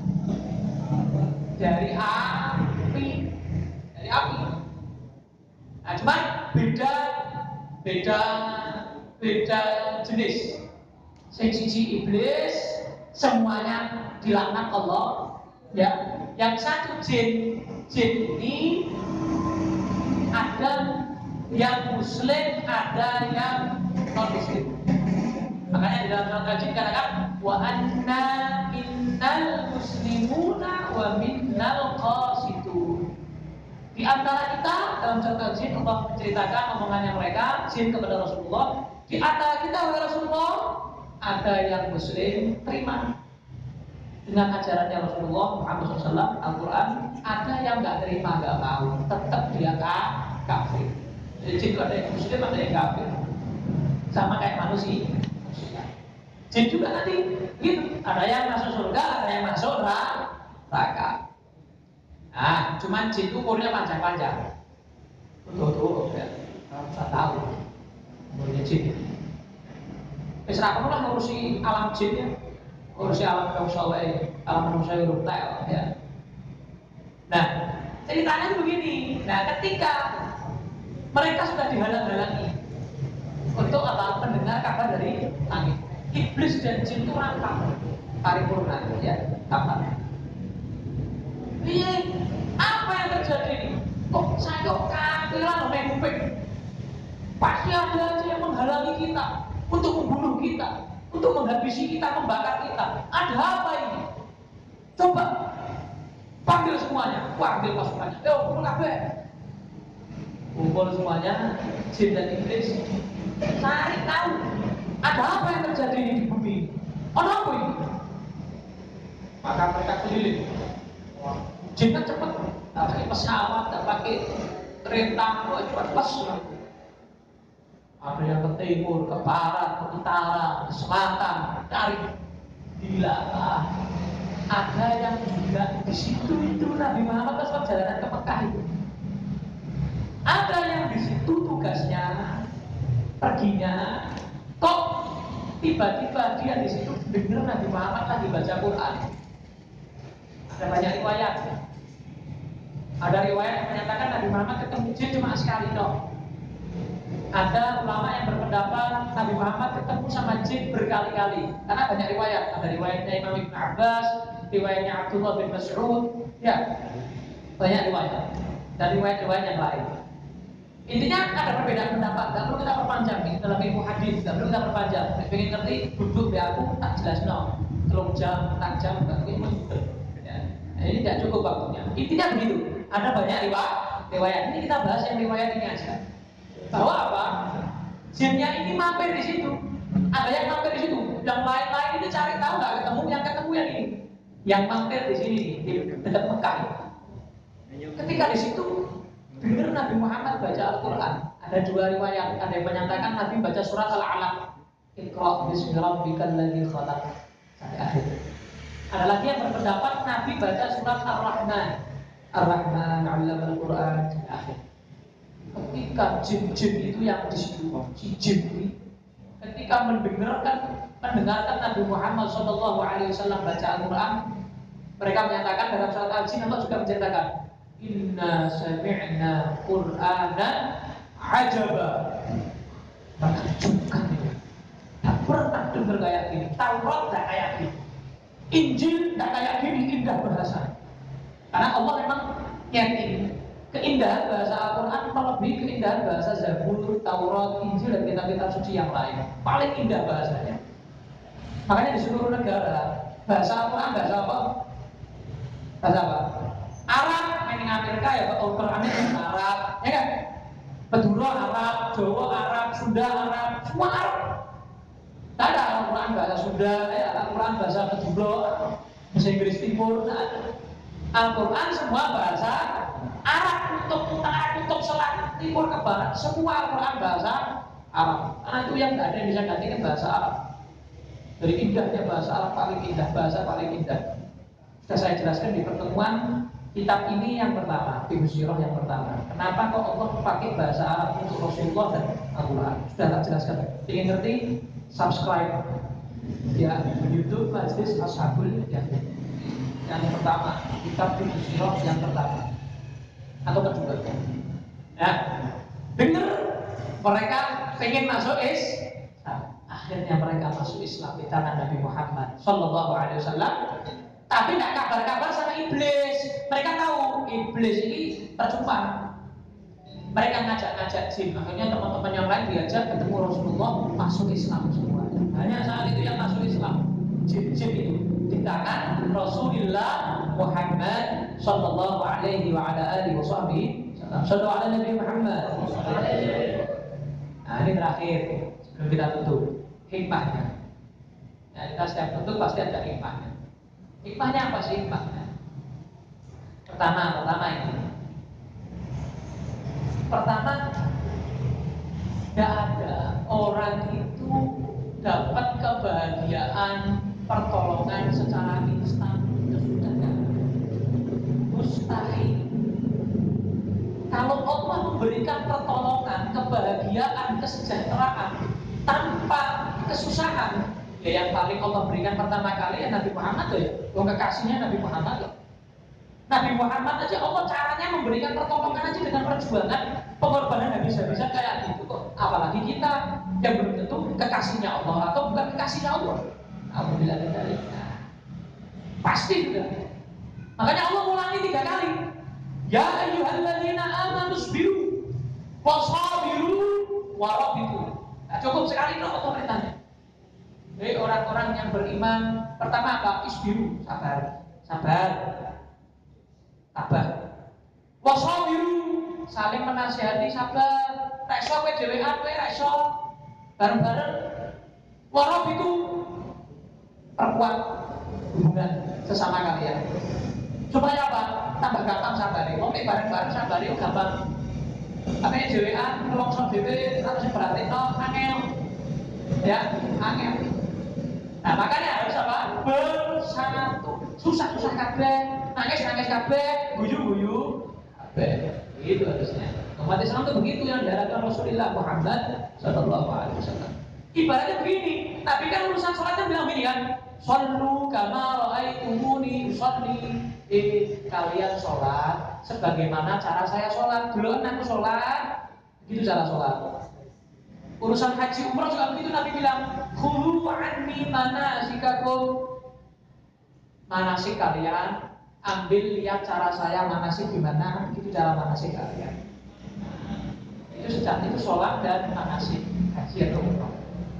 Dari api, dari api. Nah, cuman beda, beda, beda jenis. Siji iblis, semuanya dilaknat Allah, ya. Yang satu jin, jin ini ada yang muslim, ada yang non muslim. Makanya di dalam surat Al-Jin katakan wa anna minnal muslimuna wa minnal qasitun. Di antara kita dalam surat Al-Jin Allah menceritakan omongannya mereka jin kepada Rasulullah. Di antara kita wahai Rasulullah ada yang muslim terima dengan ajarannya Rasulullah Muhammad shallallahu alaihi wasallam Al-Quran, ada yang nggak terima, nggak mau, tetap dia kafir. Jadi jin itu ada yang muslim, ada yang kafir, sama kayak manusia. Jin juga nanti gitu, ada yang masuk surga, ada yang masuk neraka. Nah, cuman jin itu umurnya panjang-panjang. Betul-betul ya, nggak tahu umurnya jin. Misalnya kamu lah ngurusi alam jin ya, ngurusi alam manusia, alam manusia rupel ya. Nah, ceritanya itu begini. Nah, ketika mereka sudah dihalang-halangi untuk apa? Mendengar kabar dari langit. Iblis dan jin itu rangkap paripurna ya, apa? Iya, apa yang terjadi ini? Kok saya kok kafiran main kuping? Pasti ada aja yang menghalangi kita untuk membunuh kita, untuk menghabisi kita, membakar kita. Ada apa ini? Coba panggil semuanya, panggil pasukannya. Yo, kumpul kabeh. Kumpul semuanya, jin dan iblis. Cari tahu ada apa yang terjadi di bumi. Ada apa ini? Maka mereka keliling. Jin kan cepat, tak pakai pesawat, tak pakai kereta, cepat pas. Ada yang ke timur, ke barat, ke utara, ke selatan, cari. Gila, ada yang juga di situ itu Nabi Muhammad pas perjalanan ke Mekah itu. Ada yang di situ tugasnya, perginya, kok tiba-tiba dia di situ dengar Nabi Muhammad lagi baca Quran. Ada banyak riwayat. Ada riwayat yang menyatakan Nabi Muhammad ketemu jin cuma sekali dong. Ada ulama yang berpendapat Nabi Muhammad ketemu sama jin berkali-kali. Karena banyak riwayat. Ada riwayatnya Imam Ibn Abbas, riwayatnya Abdullah bin Mas'ud, ya banyak riwayat. Dan riwayat-riwayat yang lain. Intinya ada perbedaan pendapat. Gak perlu kita perpanjang nih dalam ilmu hadis. Gak perlu kita perpanjang. Pengen ngerti duduk di aku tak jelas no. Telung jam, tak jam, gak mungkin. Ya. Nah, ini tidak cukup waktunya. Intinya begitu. Ada banyak riwayat. Riwayat ini kita bahas yang riwayat ini aja. Bahwa apa? Jinnya ini mampir di situ. Ada yang mampir di situ. Yang lain-lain itu cari tahu nggak ketemu. Yang ketemu yang ini. Yang mampir di sini di dekat Mekah. Ketika di situ dengar Nabi Muhammad baca Al-Quran. Ada dua riwayat. Ada yang menyatakan Nabi baca surat Al-Alaq. Iqra' bismi rabbikal ladzi khalaq. Sampai akhir. Ada lagi yang berpendapat Nabi baca surat Ar-Rahman. Ar-Rahman 'allama Al-Quran sampai akhir. Ketika jin-jin itu yang di situ, jin ini, ketika mendengarkan mendengarkan Nabi Muhammad shallallahu alaihi wasallam baca Al-Quran, mereka menyatakan dalam surat Al-Jin Allah juga menceritakan, Inna sami'na Qur'anan ajaba. Menakjubkan itu. Tak pernah dengar kayak gini. Taurat tak kayak gini. Injil tak kayak gini indah bahasa. Karena Allah memang nyeting keindahan bahasa Al-Quran melebihi keindahan bahasa Zabur, Taurat, Injil dan kitab-kitab suci yang lain. Paling indah bahasanya. Makanya di seluruh negara bahasa Al-Quran bahasa apa? Bahasa apa? Arab yang di Amerika ya Al-Qurannya bahasa Arab, ya kan? Madura Arab, Jawa Arab, Sunda Arab, semua Arab. Tidak ada Al-Quran bahasa Sunda, ya, Al-Quran bahasa Madura, bahasa Inggris Timur, tidak ada. Al-Quran semua bahasa Arab, untuk utara, untuk selatan, timur ke barat, semua Al-Quran bahasa Arab. Karena itu yang tidak ada yang bisa gantikan bahasa Arab. Dari indahnya bahasa Arab paling indah, bahasa paling indah. Sudah saya jelaskan di pertemuan kitab ini yang pertama, Fiqh Sirah yang pertama. Kenapa kok Allah pakai bahasa Arab untuk Rasulullah dan Al-Quran? Sudah tak jelaskan. Ingin ngerti? Subscribe ya YouTube Majlis Ashabul Yamin. Yang pertama, kitab Fiqh Sirah yang pertama atau kedua. Ya, dengar mereka pengen masuk Islam. Akhirnya mereka masuk Islam di tangan Nabi Muhammad Sallallahu Alaihi Wasallam. Tapi tidak kabar-kabar sama iblis. Mereka tahu iblis ini percuma. Mereka ngajak-ngajak jin. Akhirnya teman-teman yang lain diajak ketemu Rasulullah, masuk Islam semua. Hanya saat itu yang masuk Islam jin-jin itu di tangan Rasulullah Muhammad Sallallahu Alaihi wa ala alihi wasallam. Sallallahu ala Nabi Muhammad. Nah ini terakhir sebelum kita tutup hikmahnya. Ya, kita setiap tutup pasti ada hikmahnya. Hikmahnya apa sih hikmahnya? Pertama, pertama ini. Pertama, tidak ada orang itu dapat kebahagiaan pertolongan secara instan. Itu sudah tidak mustahil. Kalau Allah memberikan pertolongan, kebahagiaan, kesejahteraan tanpa kesusahan, ya yang paling Allah berikan pertama kali ya Nabi Muhammad tuh ya, oh, kekasihnya Nabi Muhammad loh. Nabi Muhammad aja Allah caranya memberikan pertolongan aja dengan perjuangan, pengorbanan habis-habisan kayak gitu kok. Apalagi kita yang belum tentu kekasihnya Allah atau bukan kekasihnya Allah. Alhamdulillah dari nah, pasti sudah. Makanya Allah ulangi tiga kali. Ya ayyuhalladzina amanu sabiru wasabiru warabitu. Nah, cukup sekali itu Allah perintahnya. Jadi orang-orang yang beriman pertama apa? Isbiru, sabar, sabar, sabar. Wasabiru, saling menasihati, sabar. Reso kowe dhewean kowe reso bareng-bareng. Warabitu, perkuat hubungan sesama kalian. Supaya apa? Tambah gampang sabari. Wong nek bareng-bareng sabari gampang. Tapi dhewean ngelongso dhewe terus berarti to angel. Ya, angel. Nah, makanya harus apa? Bersatu. Susah-susah kabeh, nangis-nangis kabeh, guyu-guyu kabeh. Itu harusnya. Umat Islam itu begitu yang diharapkan Rasulullah Muhammad Sallallahu Alaihi Wasallam. Ibaratnya begini, tapi kan urusan sholatnya bilang begini kan, Sallu kama ra'aitumuni usolli. Eh, kalian sholat sebagaimana cara saya sholat. Dulu kan aku sholat, gitu cara sholat. Urusan haji umrah juga begitu, Nabi bilang, khudhu anni manasikakum. Manasik kalian, ambil lihat cara saya manasik gimana, begitu cara manasik kalian. Itu sejak itu sholat dan manasik haji atau umrah.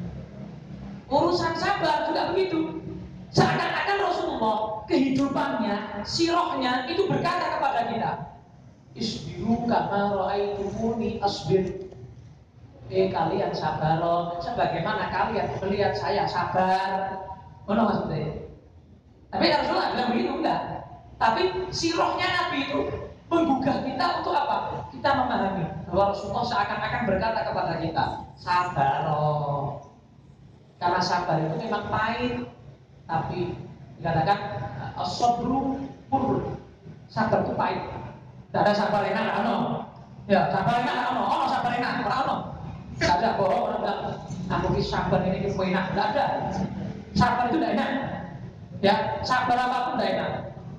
Urusan sabar juga begitu. Seakan-akan Rasulullah kehidupannya, sirahnya itu berkata kepada kita, isbiru kama ra'aitumuni asbir. Eh kalian sabar loh, sebagaimana kalian melihat saya sabar. Mana maksudnya? Tapi Rasulullah bilang begitu enggak. Tapi sirahnya Nabi itu menggugah kita untuk apa? Kita memahami bahwa Rasulullah seakan-akan berkata kepada kita, sabar loh. Karena sabar itu memang pahit, tapi dikatakan as-sabru pur. Sabar itu pahit. Tidak ada sabar enak, ano. Ya, sabar enak, ano. Oh, sabar enak, ano. Tidak ada bohong orang bilang, aku ini sabar ini itu enak. Tidak ada. Sabar itu tidak enak. Ya, sabar apapun tidak enak.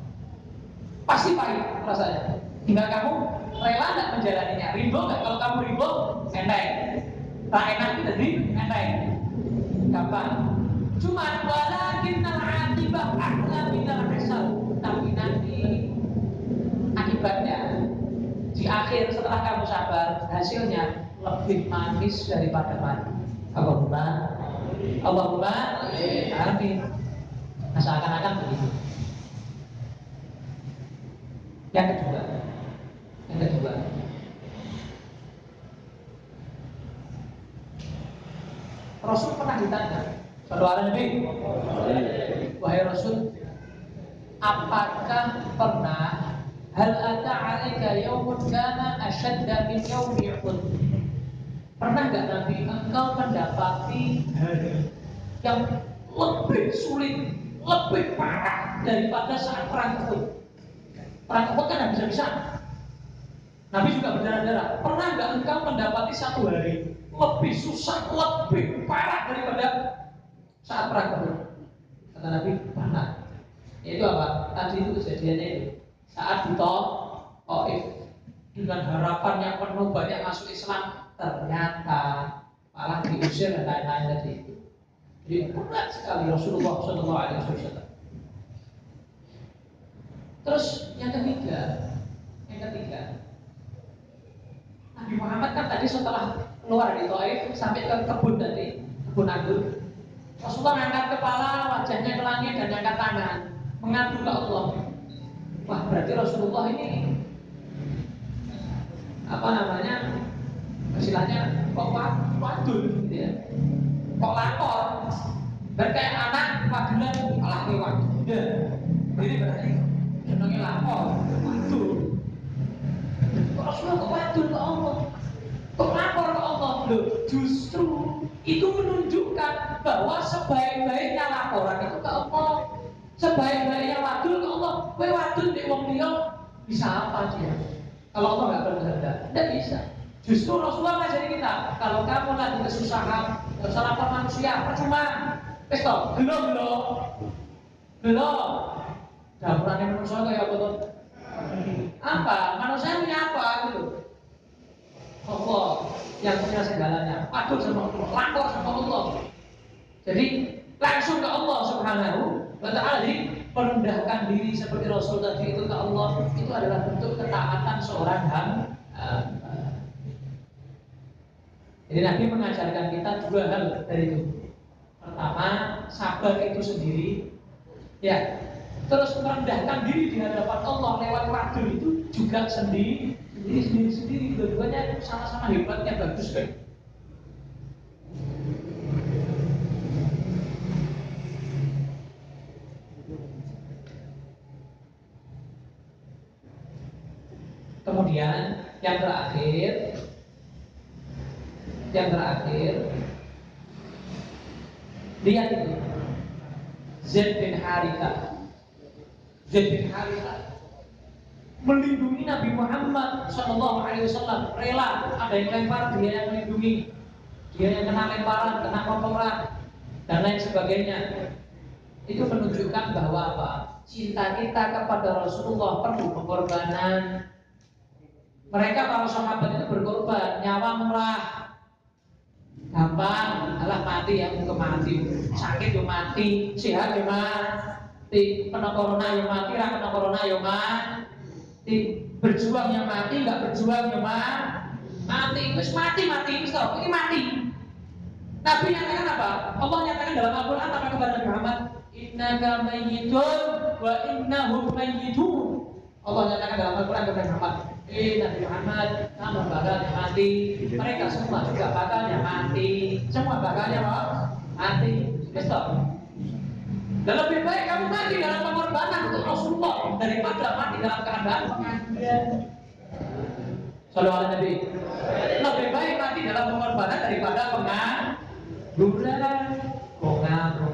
Pasti pahit rasanya. Tinggal kamu rela tidak menjalaninya. Ridho nggak? Kalau kamu ridho, enteng. Tak enak itu jadi enteng. Gampang. Cuma walakin al-aqibah ahla minal hisab. Tapi nanti akibatnya di akhir setelah kamu sabar, hasilnya lebih manis daripada madu. Allahumma Allahumma amin. Nah, seakan-akan begitu. Yang kedua, Sallu ala Nabi. Wahai Rasul, apakah pernah hal ata 'alaika yaumun kana ashadda min yaumi Uhud? Pernah enggak Nabi engkau mendapati hari yang lebih sulit, lebih parah daripada saat perang Uhud? Perang Uhud kan bisa-bisa Nabi juga berdarah-darah. Pernah enggak engkau mendapati satu hari lebih susah, lebih parah daripada saat perang Uhud? Kata Nabi, pernah. Itu apa? Tadi itu kejadiannya itu saat di Taif dengan harapan yang penuh banyak masuk Islam, ternyata malah diusir dan lain-lain tadi itu. Jadi berat sekali Rasulullah Shallallahu Alaihi Wasallam. Terus yang ketiga, yang ketiga, Nabi Muhammad kan tadi setelah keluar dari Taif sampai ke kebun tadi, kebun anggur. Rasulullah mengangkat kepala, wajahnya ke langit dan mengangkat tangan, mengadu ke Allah. Wah, berarti Rasulullah ini apa namanya? Istilahnya kok wadul gitu ya. Kok lapor. Berkayak anak wadulan kalah lewat. Ya. Ini berarti senangnya lapor, wadul. Kok Rasulullah kok wadul ke Allah? Kok lapor ke Allah? Loh, justru itu menunjukkan bahwa sebaik-baiknya laporan itu ke Allah, sebaik-baiknya wadul ke Allah. Kowe wadul di wong liya bisa apa dia? Kalau Allah nggak berkehendak, tidak bisa. Justru Rasulullah ngajari kita, kalau kamu lagi kesusahan, nggak usah lapor manusia, percuma. Wes toh, belum belum, belum. Dapurannya manusia kayak apa tuh? Apa? Manusia punya apa gitu? Allah yang punya segalanya. Patuh sama Allah, lapor sama Allah. Jadi langsung ke Allah Subhanahu wa Ta'ala. Jadi merendahkan diri seperti Rasul tadi itu ke Allah, itu adalah bentuk ketaatan seorang hamba. Jadi Nabi mengajarkan kita dua hal dari itu. Pertama, sabar itu sendiri. Ya, terus merendahkan diri di hadapan Allah lewat wadul itu juga sendiri. Sendiri, sendiri, sendiri, dua-duanya sama-sama hebatnya, bagus kan? Kemudian yang terakhir, yang terakhir, lihat itu, Zaid bin Harithah, Zaid bin Harithah melindungi Nabi Muhammad Shallallahu Alaihi Wasallam, rela ada yang lempar dia yang melindungi, dia yang kena lemparan, kena kotoran dan lain sebagainya. Itu menunjukkan bahwa apa? Cinta kita kepada Rasulullah perlu pengorbanan. Mereka para sahabat itu berkorban, nyawa murah, gampang, alah mati ya, ke mati, sakit ya mati, sehat ya mati, kena corona ya mati, ra kena corona ya mati, berjuang ya mati, nggak berjuang ya mati, terus mati mati, terus tau, ini mati. Nabi nyatakan apa? Allah nyatakan dalam Al-Quran apa kepada Nabi Muhammad? Innaka mayyitun wa innahum mayyitun. Allah nyatakan dalam Al-Quran kepada Muhammad, eh Nabi Muhammad, kamu bakalnya mati, mereka semua juga bakalnya mati, semua bakalnya mati. Betul. Dan lebih baik kamu mati dalam pengorbanan untuk Rasulullah daripada mati dalam keadaan pengajian. Sallallahu alaihi Nabi. Lebih baik mati dalam pengorbanan daripada pengangguran, pengangguran.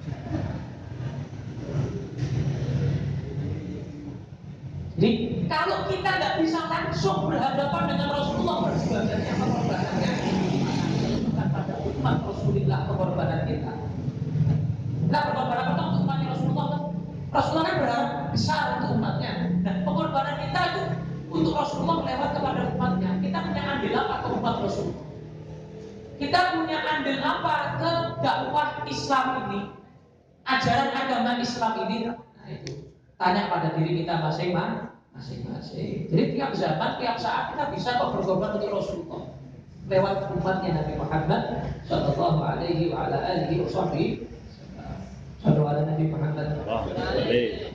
Jadi kalau kita nggak bisa langsung berhadapan dengan Rasulullah, bersebagiannya pengorbanannya bukan pada umat Rasulullah pengorbanan kita. Nah, pengorbanan kita untuk umat Rasulullah, Rasulullah kan berharap besar untuk umatnya. Dan pengorbanan kita itu untuk Rasulullah lewat kepada umatnya. Kita punya andil apa ke umat Rasulullah? Kita punya andil apa ke dakwah Islam ini? Ajaran agama Islam ini? Nah itu. Tanya pada diri kita masing-masing. Jadi tiap zaman, tiap saat kita bisa kok berkorban untuk Rasulullah lewat umatnya Nabi Muhammad Sallallahu Alaihi wa ala alihi wa sahbihi. Sallallahu alaihi Nabi Muhammad.